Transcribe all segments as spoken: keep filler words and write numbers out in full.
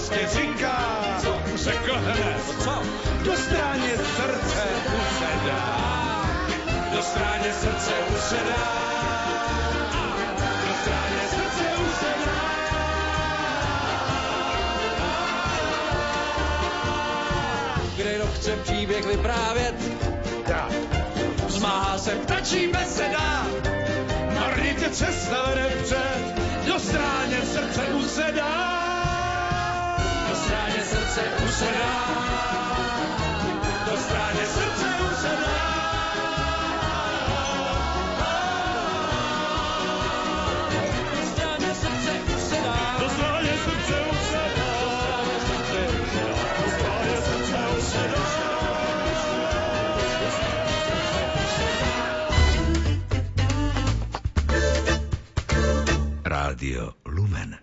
prostě říká, co řekl hned, co do stráně srdce usedá, do stráně srdce usedá, do stráně srdce usedá. Kdo chce příběh vyprávět, tak vzmáhá se ptačí beseda, marnitě cesta vede vpřed, do stráně srdce usedá, do stráně srdce usedá, do stráně srdce usedá. Do stráně srdce usedá, do stráně srdce usedá, do stráně srdce usedá. Rádio Lumen.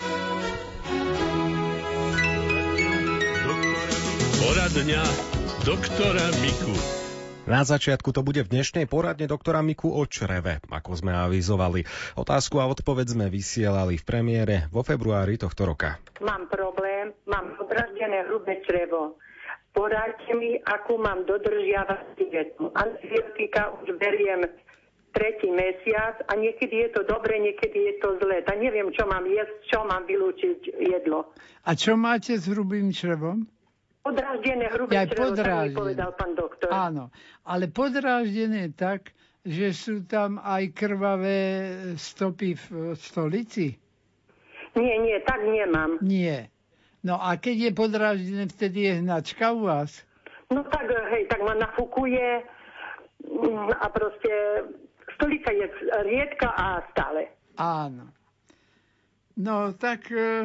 Poradňa doktora Miku. Na začiatku to bude v dnešnej poradne doktora Miku o čreve, ako sme avizovali. Otázku a odpoveď sme vysielali v premiére vo februári tohto roka. Mám problém, mám odraždené hrubé črevo. Poradte mi, akú mám dodržiavať dietu. Antibiotika už beriem tretí mesiac a niekedy je to dobre, niekedy je to zlé. A neviem, čo mám jesť, čo mám vylúčiť jedlo. A čo máte s hrubým črevom? Podráždené hrubé ja, črevo, tak mi podráždené. povedal pán doktor. Áno, ale podráždené tak, že sú tam aj krvavé stopy v stolici? Nie, nie, tak nemám. Nie. No a keď je podráždené, vtedy je hnačka u vás? No tak, hej, tak ma nafúkuje a proste stolica je riedka a stále. Áno. No tak e,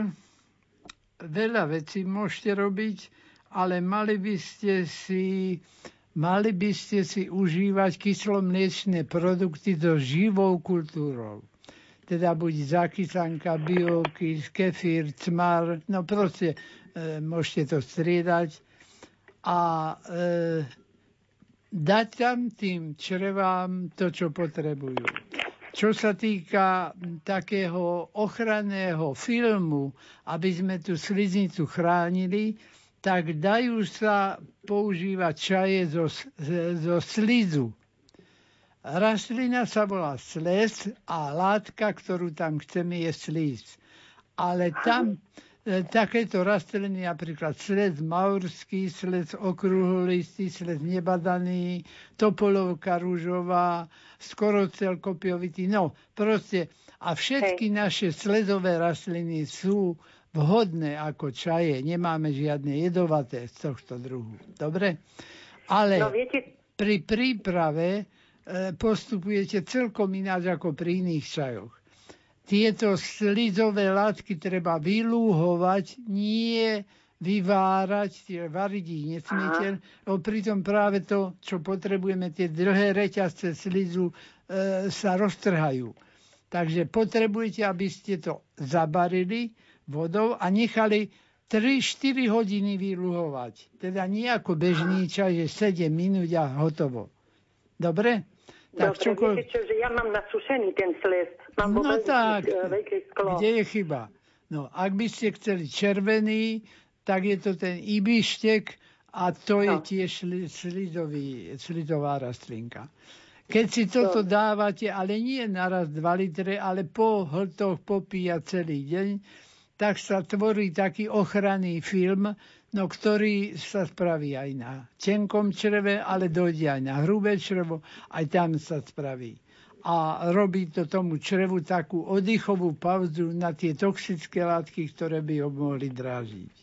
veľa vecí môžete robiť, ale mali by ste si, mali by ste si užívať kyslomliečné produkty so živou kultúrou. Teda buď zakysanka, biokys, kefír, cmar, no proste e, môžete to striedať a e, dať tam tým črevám to, čo potrebujú. Čo sa týka takého ochranného filmu, aby sme tú sliznicu chránili, tak dajú sa používať čaje zo, zo slizu. Rastlina sa volá slez a látka, ktorú tam chceme, je slíz. Ale tam e, takéto rastliny, napríklad slez maurský, slez okrúholistý, slez nebadaný, topolovka rúžová, skorocel kopiovitý, no proste. A všetky Hej. naše slezové rastliny sú vhodné ako čaje. Nemáme žiadne jedovaté z tohto druhu. Dobre? Ale no, viete... pri príprave e, postupujete celkom ináč ako pri iných čajoch. Tieto slizové látky treba vylúhovať, nie vyvárať, variť ich nesmiete, lebo pritom práve to, čo potrebujeme, tie dlhé reťazce slizu e, sa roztrhajú. Takže potrebujete, aby ste to zabarili vodou a nechali tri štyri hodiny vyluhovať. Teda nie ako bežný čaj, že sedem minút a hotovo. Dobre? Tak Dobre, čoko... viete čo, že ja mám nasušený ten slez. Mám no tak, veľké sklo. Kde je chyba? No, ak by ste chceli červený, tak je to ten ibištek a to je no. tiež slizový, slizová rastlinka. Keď si toto dávate, ale nie naraz dva litre, ale po hltoch popíja celý deň, tak sa tvorí taký ochranný film, no ktorý sa spraví aj na tenkom čreve, ale dojde aj na hrubé črevo, aj tam sa spraví. A robí to tomu črevu takú oddychovú pauzu na tie toxické látky, ktoré by ho mohli drážiť.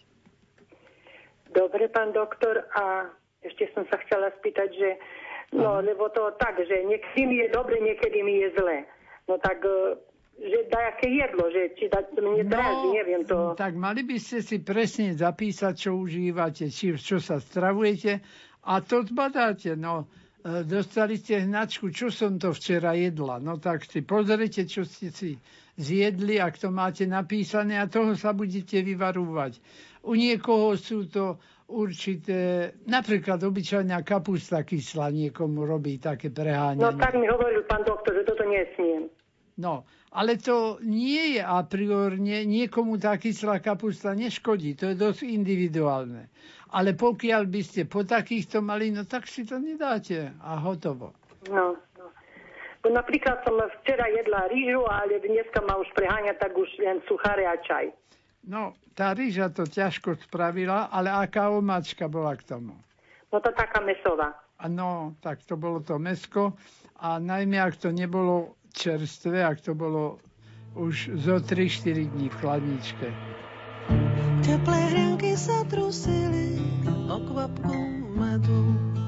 Dobre, pán doktor, a ešte som sa chcela spýtať, že no, lebo to tak, že niekedy mi je dobre, niekedy mi je zle. No tak, že dajaké jedlo, že či dať mne dráži, no, neviem to. Tak mali by ste si presne zapísať, čo užívate, či čo sa stravujete a to zbadáte. No, dostali ste hnačku, čo som to včera jedla. No tak si pozrite, čo ste si zjedli, ak to máte napísané a toho sa budete vyvarúvať. U niekoho sú to určité, napríklad obyčajná kapusta kyslá niekomu robí také preháňanie. No tak mi hovoril pán doktor, že toto nesmiem. No, ale to nie je a priorne, niekomu tá kyslá kapusta neškodí, to je dosť individuálne. Ale pokiaľ by ste po takýchto mali, no tak si to nedáte a hotovo. No, no. No, napríklad som včera jedla rýžu, ale dneska ma už preháňa, tak už len sucháre a čaj. No, tá rýža to ťažko spravila, ale aká omáčka bola k tomu? No to taká mesová. No, tak to bolo to mäsko a najmä, ak to nebolo čerstvé, ak to bolo už zo tri štyri dní v chladničke. Teplé hrienky sa trusili o kvapku medu.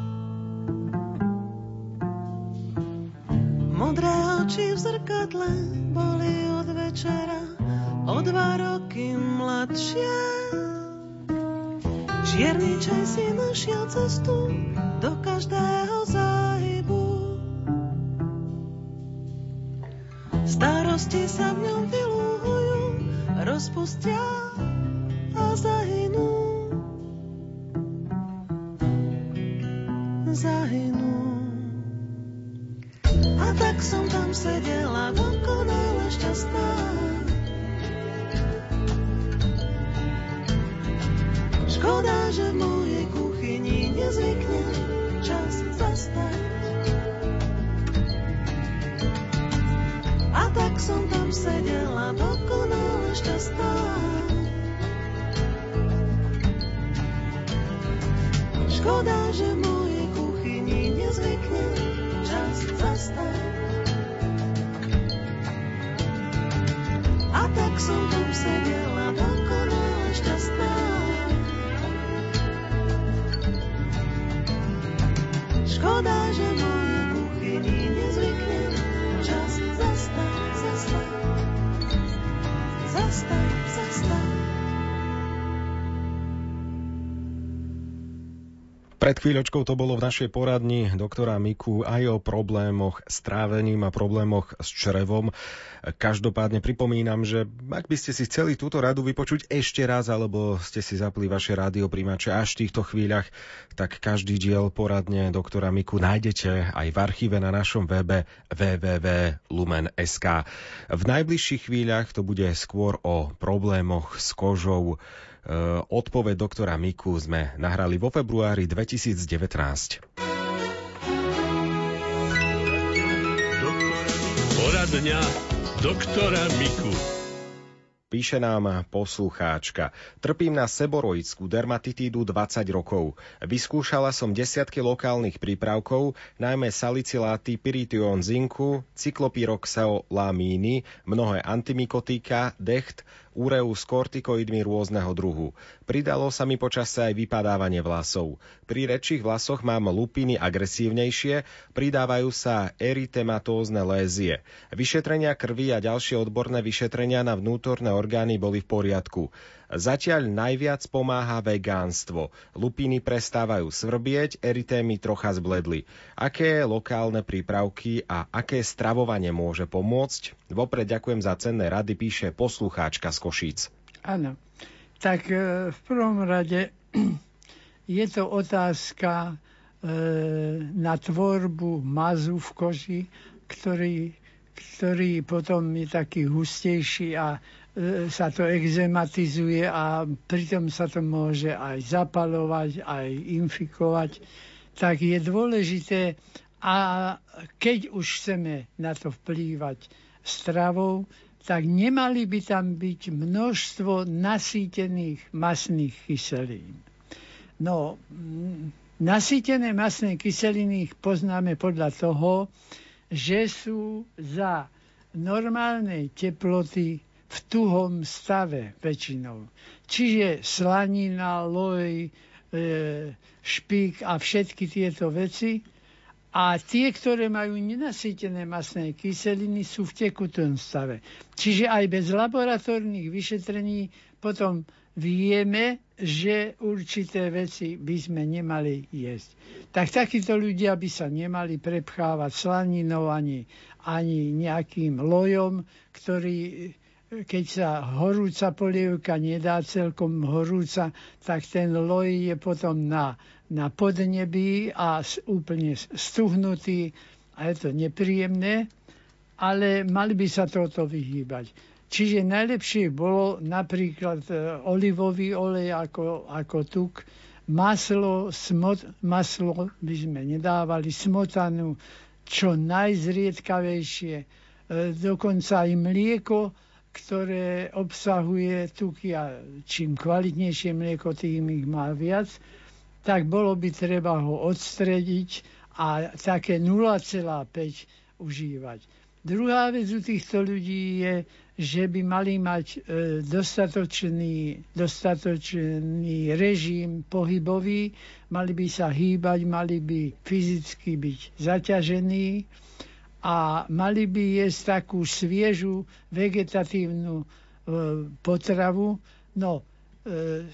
Modré oči v zrkadle boli od večera o dva roky mladšie. Čierny čaj si našiel cestu do každého záhybu. Starosti sa v ňom vylúhujú, rozpustia a zahynú. Zahynú. A tak som tam sedela dokonale šťastná. Škoda, že v mojej kuchyni nezvykne čas zastať. A tak som tam sedela dokonale šťastná. Škoda, že v mojej kuchyni nezvykne čas zastať. A tak som tam sedela dokonale šťastná. Škoda, že v mojej kuchyni nezvykne čas zastať, zastať, zastať, zastať. Pred chvíľočkou to bolo v našej poradni doktora Miku aj o problémoch s trávením a problémoch s črevom. Každopádne pripomínam, že ak by ste si chceli túto radu vypočuť ešte raz, alebo ste si zapli vaše rádiopríjimače až v týchto chvíľach, tak každý diel poradne doktora Miku nájdete aj v archíve na našom webe w w w bodka lumen bodka es ká. V najbližších chvíľach to bude skôr o problémoch s kožou. Odpoveď doktora Miku sme nahrali vo februári dvetisícdevätnásť. Poradňa doktora Miku. Píše nám poslucháčka. Trpím na seboroidskú dermatitídu dvadsať rokov. Vyskúšala som desiatky lokálnych prípravkov, najmä saliciláty, pyrition zinku, cyklopyroxelamíny, mnohé antimikotika, decht, úreu s kortikoidmi rôzneho druhu. Pridalo sa mi počase aj vypadávanie vlasov. Pri rečích vlasoch mám lupiny agresívnejšie, pridávajú sa erytematózne lézie. Vyšetrenia krvi a ďalšie odborné vyšetrenia na vnútorné orgány boli v poriadku. Zatiaľ najviac pomáha vegánstvo. Lupiny prestávajú svrbieť, eritémy trocha zbledli. Aké lokálne prípravky a aké stravovanie môže pomôcť? Vopred ďakujem za cenné rady, píše poslucháčka z Košíc. Áno, tak e, v prvom rade je to otázka e, na tvorbu mazu v koži, ktorý, ktorý potom je taký hustejší a sa to exematizuje a pritom sa to môže aj zapalovať, aj infikovať, tak je dôležité, a keď už chceme na to vplývať stravou, tak nemali by tam byť množstvo nasýtených masných kyselín. No, nasýtené masné kyseliny poznáme podľa toho, že sú za normálnej teploty v tuhom stave väčšinou. Čiže slanina, loj, e, špík a všetky tieto veci. A tie, ktoré majú nenasýtené masné kyseliny, sú v tekutom stave. Čiže aj bez laboratórnych vyšetrení potom vieme, že určité veci by sme nemali jesť. Tak takíto ľudia by sa nemali prepchávať slaninou ani, ani nejakým lojom, ktorý, keď sa horúca polievka nedá celkom horúca, tak ten loj je potom na, na podnebí a úplne stuhnutý a je to nepríjemné. ale mali by sa toto vyhýbať. Čiže najlepšie bolo napríklad olivový olej ako, ako tuk, maslo, smot, maslo by sme nedávali, smotanu, čo najzriedkavejšie, dokonca aj mlieko, ktoré obsahuje tuky a čím kvalitnejšie mlieko, tým ich má viac, tak bolo by treba ho odstrediť a také nula celá päť užívať. Druhá vec u týchto ľudí je, že by mali mať e, dostatočný, dostatočný režim pohybový, mali by sa hýbať, mali by fyzicky byť zaťažení a mali by jesť takú sviežu vegetatívnu e, potravu. No, e,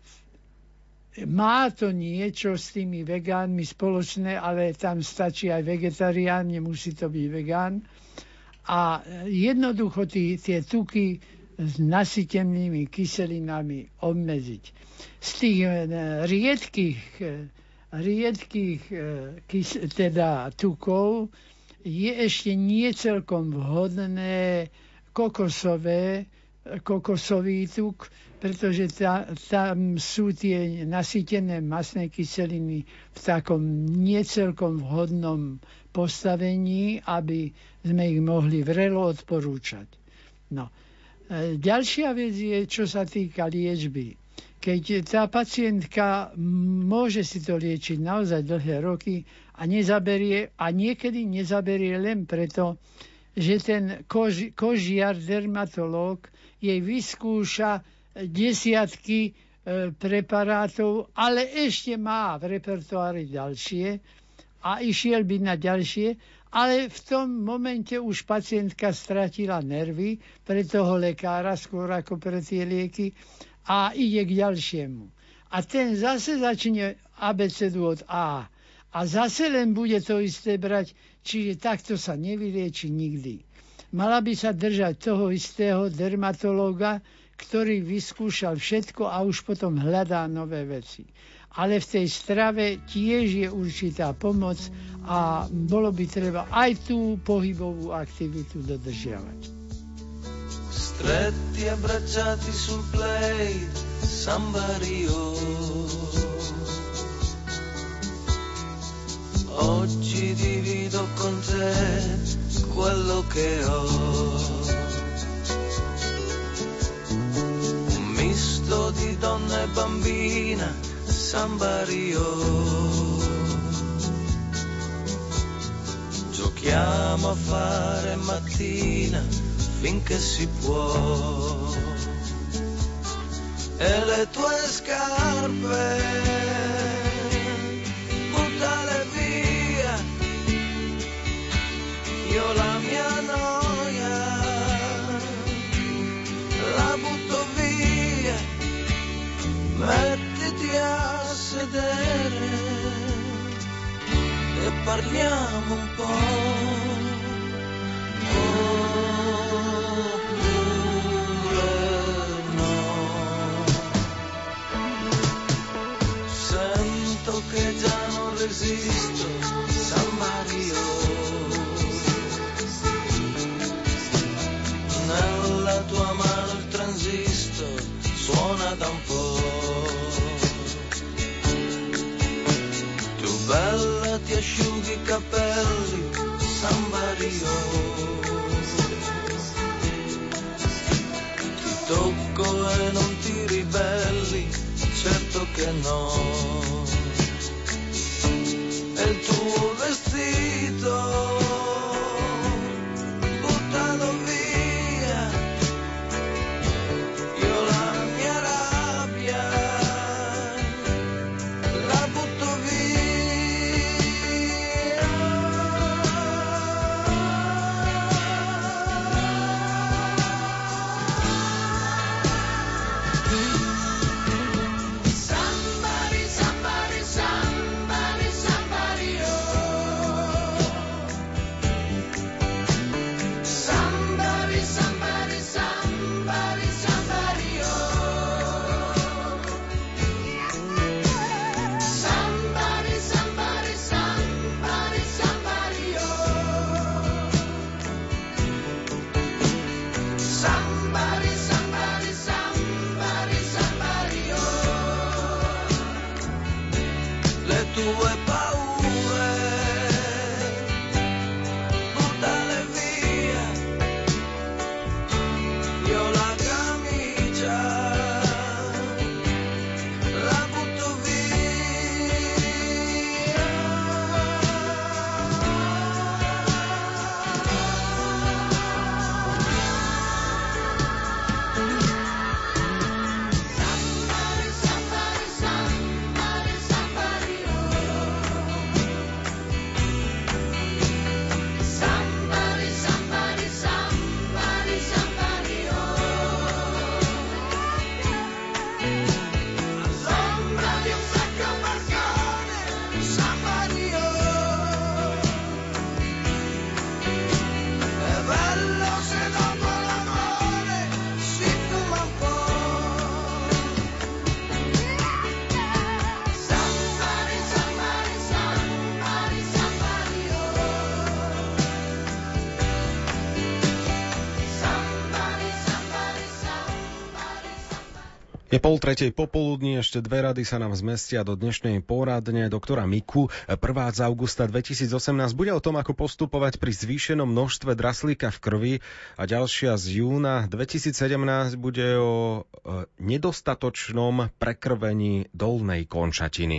má to niečo s tými vegánmi spoločné, ale tam stačí aj vegetarián, nemusí to byť vegán. A jednoducho tí, tie tuky s nasytenými kyselinami obmedziť. Z tých riedkých, riedkých kys, teda tukov je ešte nie celkom vhodné kokosové, kokosový tuk, pretože tá, tam sú tie nasýtené masné kyseliny v takom necelkom vhodnom postavení, aby sme ich mohli vrelo odporúčať. No. E, ďalšia vec je, čo sa týka liečby. Keď tá pacientka môže si to liečiť naozaj dlhé roky a nezaberie, a niekedy nezaberie len preto, že ten kož, kožiar, dermatológ jej vyskúša desiatky e, preparátov, ale ešte má v repertoári ďalšie a išiel by na ďalšie, ale v tom momente už pacientka stratila nervy pre toho lekára skôr ako pre tie lieky a ide k ďalšiemu. A ten zase začne abecedu od A. A zase len bude to isté brať, čiže takto sa nevylieči nikdy. Mala by sa držať toho istého dermatológa, ktorý vyskúšal všetko a už potom hľadá nové veci. Ale v tej strave tiež je určitá pomoc a bolo by treba aj tú pohybovú aktivitu dodržiavať. Stretti abbracciati sul play Samba Rio, oggi divido con te quello che ho, un misto di donna e bambina, Samba Rio, giochiamo a fare mattina finché si può, e le tue scarpe buttale via, io la mia noia la butto via, mettiti a sedere e parliamo un po'. Che già non resisto, San Mario, nella tua mano il transistor suona da un po', tu bella ti asciughi i capelli, San Mario, ti tocco e non ti ribelli, certo che no. Il tuo vestito buttalo via, io la mia rabbia la butto via. Somebody, somebody. Je pol tretej popoludní, ešte dve rady sa nám zmestia do dnešnej poradne doktora Miku. Prvá z augusta dvetisícosemnásť bude o tom, ako postupovať pri zvýšenom množstve draslíka v krvi a ďalšia z júna dvetisícsedemnásť bude o nedostatočnom prekrvení dolnej končatiny.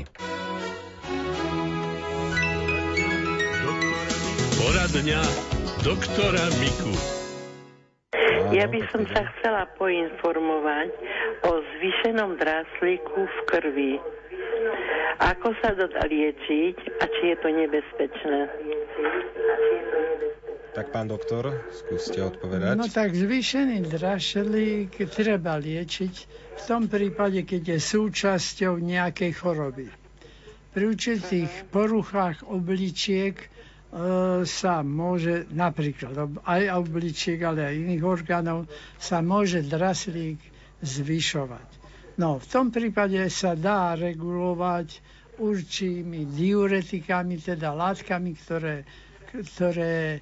Poradňa doktora Miku. Ja by som sa chcela poinformovať o zvýšenom draslíku v krvi. Ako sa to dá liečiť a či je to nebezpečné? Tak pán doktor, skúste odpovedať. No tak zvýšený draslík treba liečiť v tom prípade, keď je súčasťou nejakej choroby. Pri určitých poruchách obličiek sa môže, napríklad aj obličiek, ale aj iných orgánov, sa môže draslík zvyšovať. No, v tom prípade sa dá regulovať určitými diuretikami, teda látkami, ktoré, ktoré e,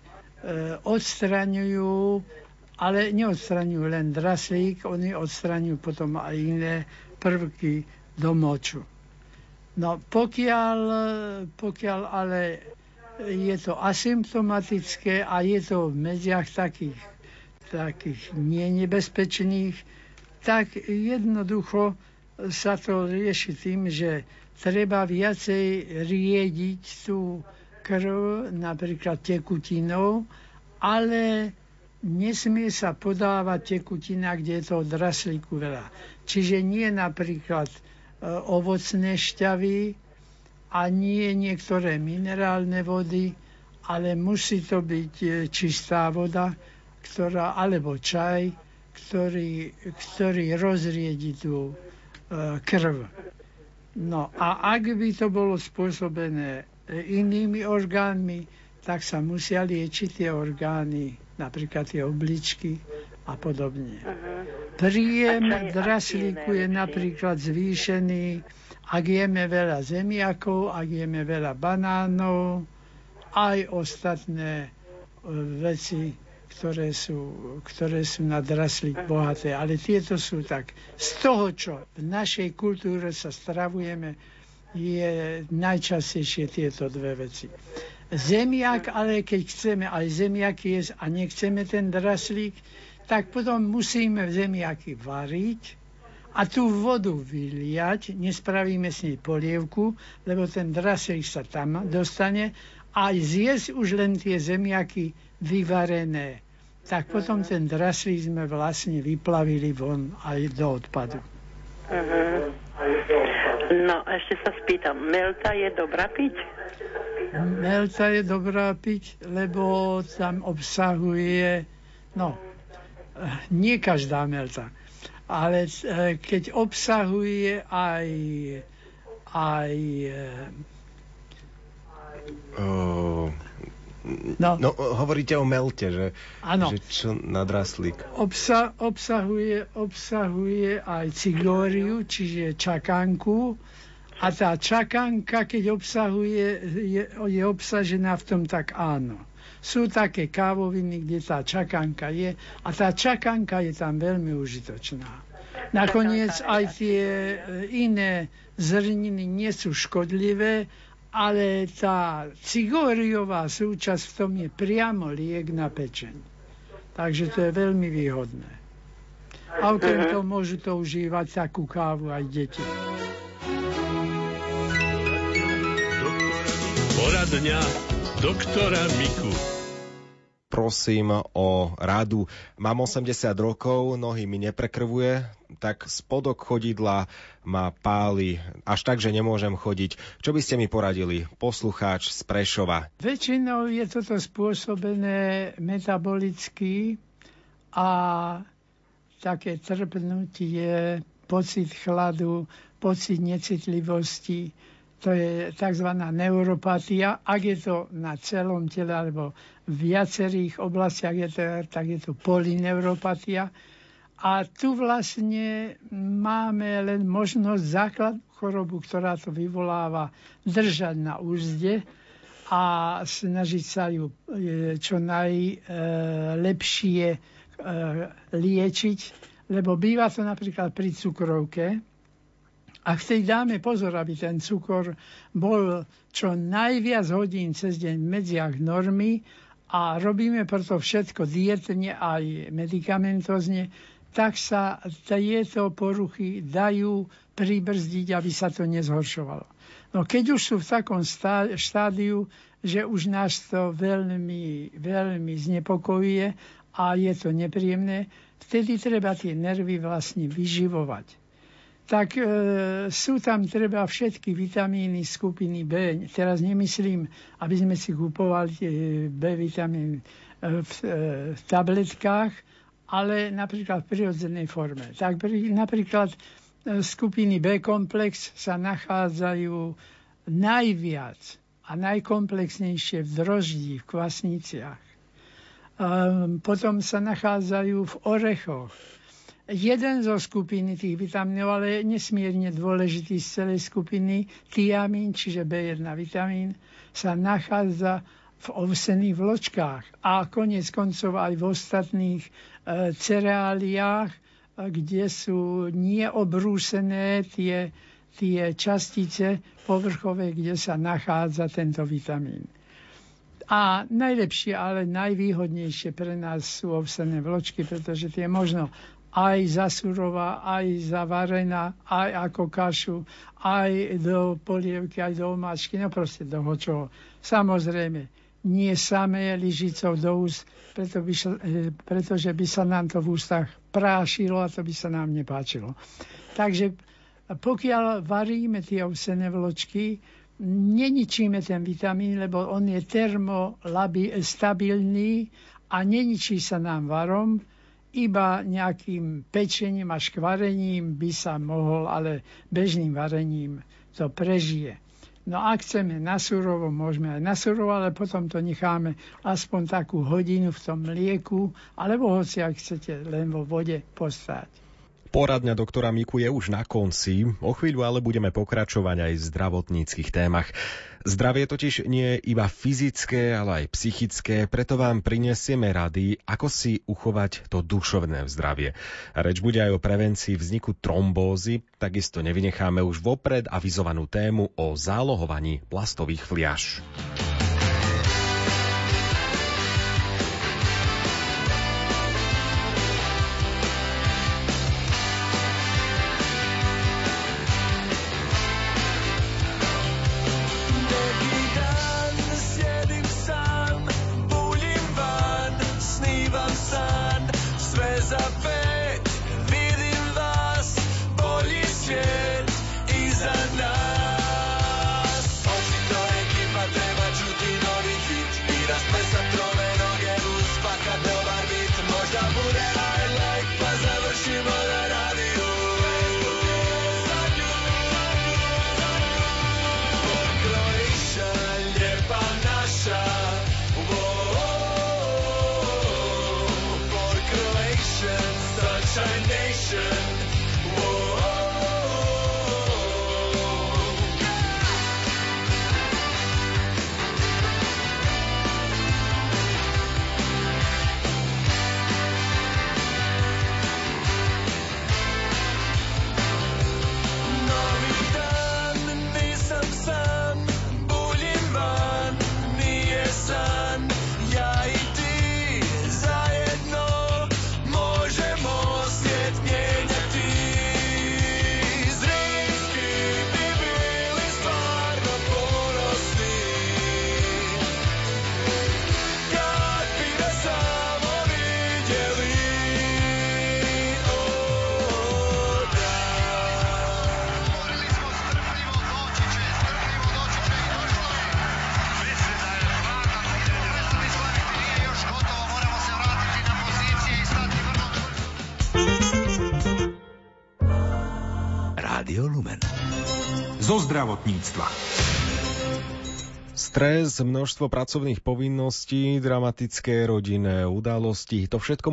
odstraňujú, ale neodstraňujú len draslík, oni odstraňujú potom aj iné prvky do moču. No, pokiaľ, pokiaľ ale je to asymptomatické a je to v medziach takých, takých nenebezpečných, tak jednoducho sa to rieši tým, že treba viacej riediť tú krv, napríklad tekutinou, ale nesmie sa podávať tekutina, kde je toho draslíku veľa. Čiže nie napríklad e, ovocné šťavy, a nie niektoré minerálne vody, ale musí to byť čistá voda, ktorá, alebo čaj, ktorý, ktorý rozriedi tú e, krv. No a ak by to bolo spôsobené inými orgánmi, tak sa musia liečiť tie orgány, napríklad tie obličky a podobne. Uh-huh. Príjem draslíku je napríklad zvýšený, ak jeme veľa zemiakov, ak jeme veľa banánov, aj ostatné veci, ktoré sú, ktoré sú na draslík bohaté. Ale tieto sú tak, z toho, čo v našej kultúre sa stravujeme, je najčastejšie tieto dve veci. Zemiak, ale keď chceme aj zemiaky jesť a nechceme ten draslík, tak potom musíme zemiaky variť a tú vodu vyliať, nespravíme s nej polievku, lebo ten draslík sa tam dostane a zjesť už len tie zemiaky vyvarené. Tak potom ten draslík sme vlastne vyplavili von aj do odpadu. Uh-huh. No, ešte sa spýtam, melta je dobrá piť? Melta je dobrá piť, lebo tam obsahuje, no, nie každá melta, ale keď obsahuje aj aj uh, no. no hovoríte o melte, že, že čo na draslík. Obsa, obsahuje, obsahuje aj cigóriu, čiže čakanku, a tá čakanka, keď obsahuje, je, je obsažená v tom, tak áno. Sú také kávoviny, kde tá čakanka je a tá čakanka je tam veľmi užitočná. Nakoniec aj tie iné zrniny nie sú škodlivé, ale tá cigóriová súčasť v tom je priamo liek na pečeň. Takže to je veľmi výhodné. A okrem toho môžu to užívať takú kávu aj deti. Poradňa doktora Miku. Prosím o radu. Mám osemdesiat rokov, nohy mi neprekrvuje, tak spodok chodidla ma páli až tak, že nemôžem chodiť. Čo by ste mi poradili? Poslucháč z Prešova. Väčšinou je toto spôsobené metabolicky a také trpnutie, pocit chladu, pocit necitlivosti. To je tzv. Neuropatia. Ak je to na celom tele alebo v viacerých oblastiach, je to, tak je to polyneuropatia. A tu vlastne máme len možnosť základnú chorobu, ktorá to vyvoláva, držať na úzde a snažiť sa ju čo najlepšie liečiť, lebo býva to napríklad pri cukrovke. A vtedy dáme pozor, aby ten cukor bol čo najviac hodín cez deň v medziach normy a robíme preto všetko dietne aj medikamentozne, tak sa tieto poruchy dajú pribrzdiť, aby sa to nezhoršovalo. No keď už sú v takom štádiu, že už nás to veľmi, veľmi znepokojuje a je to nepríjemné, vtedy treba tie nervy vlastne vyživovať. Tak e, sú tam treba všetky vitamíny skupiny B. Teraz nemyslím, aby sme si kupovali B vitamín e, v, e, v tabletkách, ale napríklad v prirodzenej forme. Tak pri, napríklad skupiny B-komplex sa nachádzajú najviac a najkomplexnejšie v droždí, v kvasniciach. Um, potom sa nachádzajú v orechoch. Jeden zo skupiny tých vitamínov, ale nesmierne dôležitý z celej skupiny, tiamín, čiže bé jeden vitamín, sa nachádza v ovsených vločkách a koniec koncov aj v ostatných e, cereáliách, kde sú neobrúsené tie, tie častice povrchové, kde sa nachádza tento vitamín. A najlepšie, ale najvýhodnejšie pre nás sú ovsené vločky, pretože tie možno aj zasurová, aj zavarená, aj ako kašu, aj do polievky, aj do omáčky, no proste do hočoho. Samozrejme, nie samé lyžicou do úst, preto by sa, pretože by sa nám to v ústach prášilo a to by sa nám nepáčilo. Takže pokiaľ varíme tie ovsené vločky, neničíme ten vitamín, lebo on je termostabilný a neničí sa nám varom, iba nejakým pečením a škvarením by sa mohol, ale bežným varením to prežije. No a ak chceme na surovo, môžeme aj na surovo, ale potom to necháme aspoň takú hodinu v tom mlieku, alebo hoci, ak chcete, len vo vode postáť. Poradňa doktora Miku je už na konci. O chvíľu ale budeme pokračovať aj v zdravotníckych témach. Zdravie totiž nie je iba fyzické, ale aj psychické, preto vám prinesieme rady, ako si uchovať to duševné zdravie. Reč bude aj o prevencii vzniku trombózy, takisto nevynecháme už vopred avizovanú tému o zálohovaní plastových fliaš. Zo zdravotníctva. Stres, množstvo pracovných povinností, dramatické rodinné udalosti, to všetko